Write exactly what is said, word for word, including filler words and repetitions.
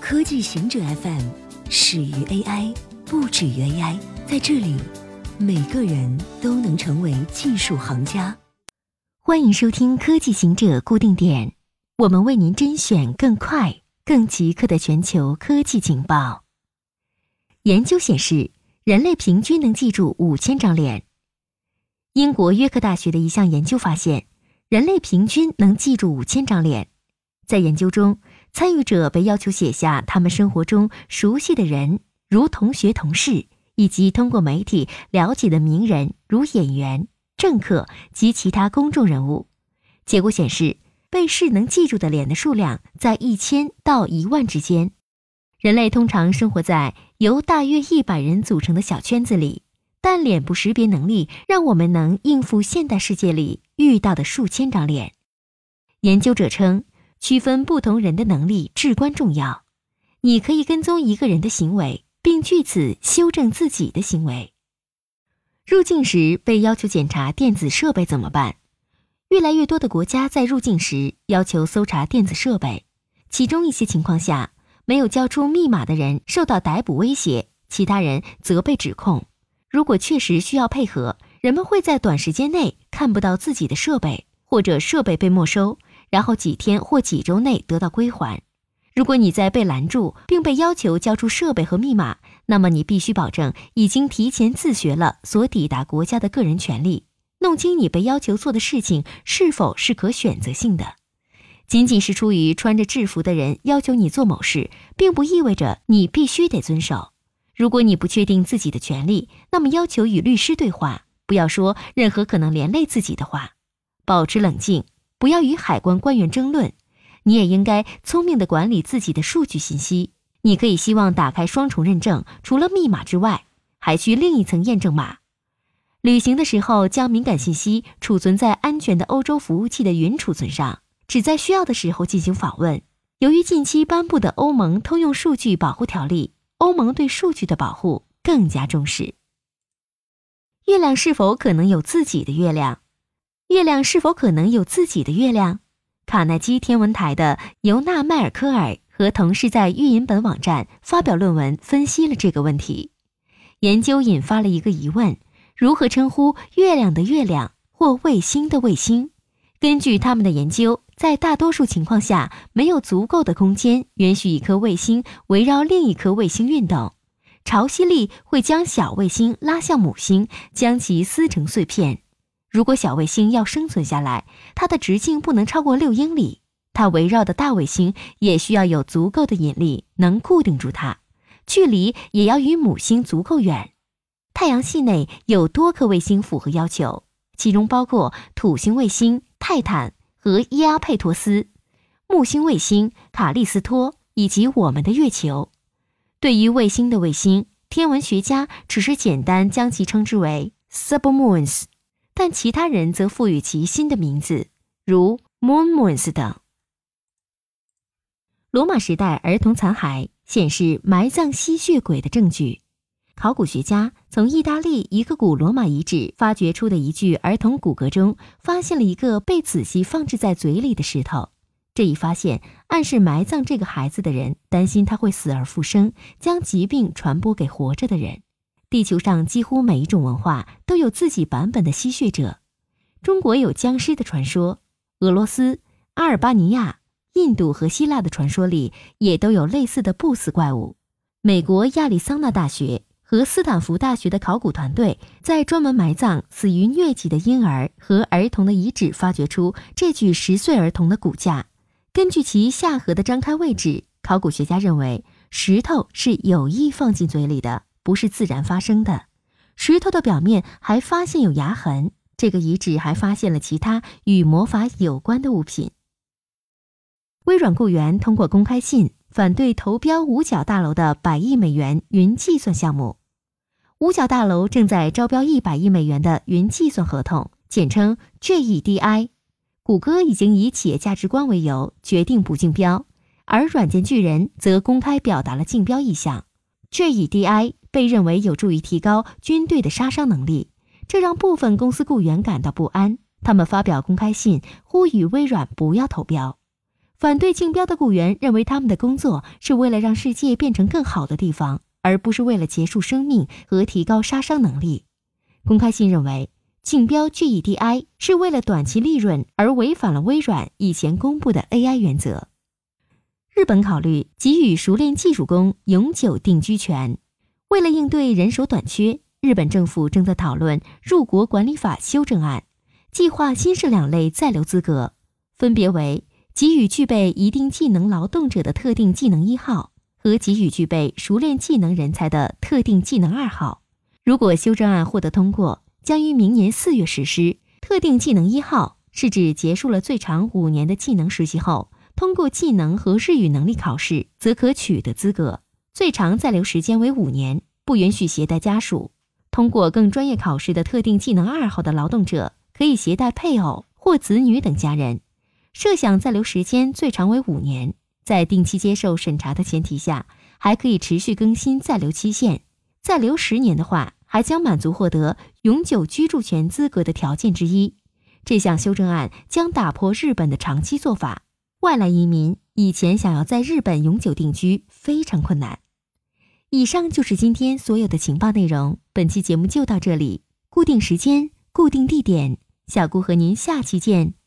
科技行者 F M 始于 A I， 不止于 A I。 在这里，每个人都能成为技术行家。欢迎收听科技行者固定点，我们为您甄选更快、更即刻的全球科技情报。研究显示，人类平均能记住五千张脸。英国约克大学的一项研究发现，人类平均能记住五千张脸。在研究中，参与者被要求写下他们生活中熟悉的人，如同学、同事，以及通过媒体了解的名人，如演员、政客及其他公众人物。结果显示，被试能记住的脸的数量在一千到一万之间。人类通常生活在由大约一百人组成的小圈子里，但脸部识别能力让我们能应付现代世界里遇到的数千张脸。研究者称，区分不同人的能力至关重要。你可以跟踪一个人的行为，并据此修正自己的行为。入境时被要求检查电子设备怎么办？越来越多的国家在入境时要求搜查电子设备，其中一些情况下，没有交出密码的人受到逮捕威胁，其他人则被指控。如果确实需要配合，人们会在短时间内看不到自己的设备，或者设备被没收，然后几天或几周内得到归还。如果你在被拦住并被要求交出设备和密码，那么你必须保证已经提前自学了所抵达国家的个人权利，弄清你被要求做的事情是否是可选择性的。仅仅是出于穿着制服的人要求你做某事，并不意味着你必须得遵守。如果你不确定自己的权利，那么要求与律师对话，不要说任何可能连累自己的话。保持冷静，不要与海关官员争论。你也应该聪明地管理自己的数据信息。你可以希望打开双重认证，除了密码之外，还需另一层验证码。旅行的时候，将敏感信息储存在安全的欧洲服务器的云储存上，只在需要的时候进行访问。由于近期颁布的欧盟通用数据保护条例，欧盟对数据的保护更加重视。月亮是否可能有自己的月亮？月亮是否可能有自己的月亮？卡耐基天文台的尤纳迈尔科尔和同事在育银本网站发表论文分析了这个问题。研究引发了一个疑问：如何称呼月亮的月亮或卫星的卫星？根据他们的研究，在大多数情况下，没有足够的空间允许一颗卫星围绕另一颗卫星运动。潮汐力会将小卫星拉向母星，将其撕成碎片。如果小卫星要生存下来，它的直径不能超过六英里，它围绕的大卫星也需要有足够的引力能固定住它，距离也要与母星足够远。太阳系内有多颗卫星符合要求，其中包括土星卫星泰坦和伊阿佩托斯、木星卫星卡利斯托以及我们的月球。对于卫星的卫星，天文学家只是简单将其称之为 submoons， 但其他人则赋予其新的名字，如 moonmoons 等。罗马时代儿童残骸显示埋葬吸血鬼的证据。考古学家从意大利一个古罗马遗址发掘出的一具儿童骨骼中，发现了一个被仔细放置在嘴里的石头。这一发现暗示埋葬这个孩子的人担心他会死而复生，将疾病传播给活着的人。地球上几乎每一种文化都有自己版本的吸血者。中国有僵尸的传说，俄罗斯、阿尔巴尼亚、印度和希腊的传说里也都有类似的不死怪物。美国亚利桑那大学和斯坦福大学的考古团队在专门埋葬死于疟疾的婴儿和儿童的遗址发掘出这具十岁儿童的骨架。根据其下颌的张开位置，考古学家认为石头是有意放进嘴里的，不是自然发生的。石头的表面还发现有牙痕，这个遗址还发现了其他与魔法有关的物品。微软雇员通过公开信反对投标五角大楼的百亿美元云计算项目。五角大楼正在招标一百亿美元的云计算合同，简称 J E D I。谷歌已经以企业价值观为由决定不竞标，而软件巨人则公开表达了竞标意向。J E D I 被认为有助于提高军队的杀伤能力，这让部分公司雇员感到不安。他们发表公开信，呼吁微软不要投标。 反对竞标的雇员认为他们的工作是为了让世界变成更好的地方，而不是为了结束生命和提高杀伤能力。公开信认为，竞标 G E D I 是为了短期利润而违反了微软以前公布的 A I 原则。日本考虑给予熟练技术工永久定居权。为了应对人手短缺，日本政府正在讨论入国管理法修正案，计划新设两类在留资格，分别为给予具备一定技能劳动者的特定技能一号和给予具备熟练技能人才的特定技能二号。如果修正案获得通过，将于明年四月实施。特定技能一号是指结束了最长五年的技能实习后，通过技能和日语能力考试则可取得资格，最长在留时间为五年，不允许携带家属。通过更专业考试的特定技能二号的劳动者可以携带配偶或子女等家人。设想在留时间最长为五年，在定期接受审查的前提下，还可以持续更新在留期限。在留十年的话，还将满足获得永久居住权资格的条件之一。这项修正案将打破日本的长期做法，外来移民以前想要在日本永久定居非常困难。以上就是今天所有的情报内容，本期节目就到这里，固定时间，固定地点，小姑和您下期见。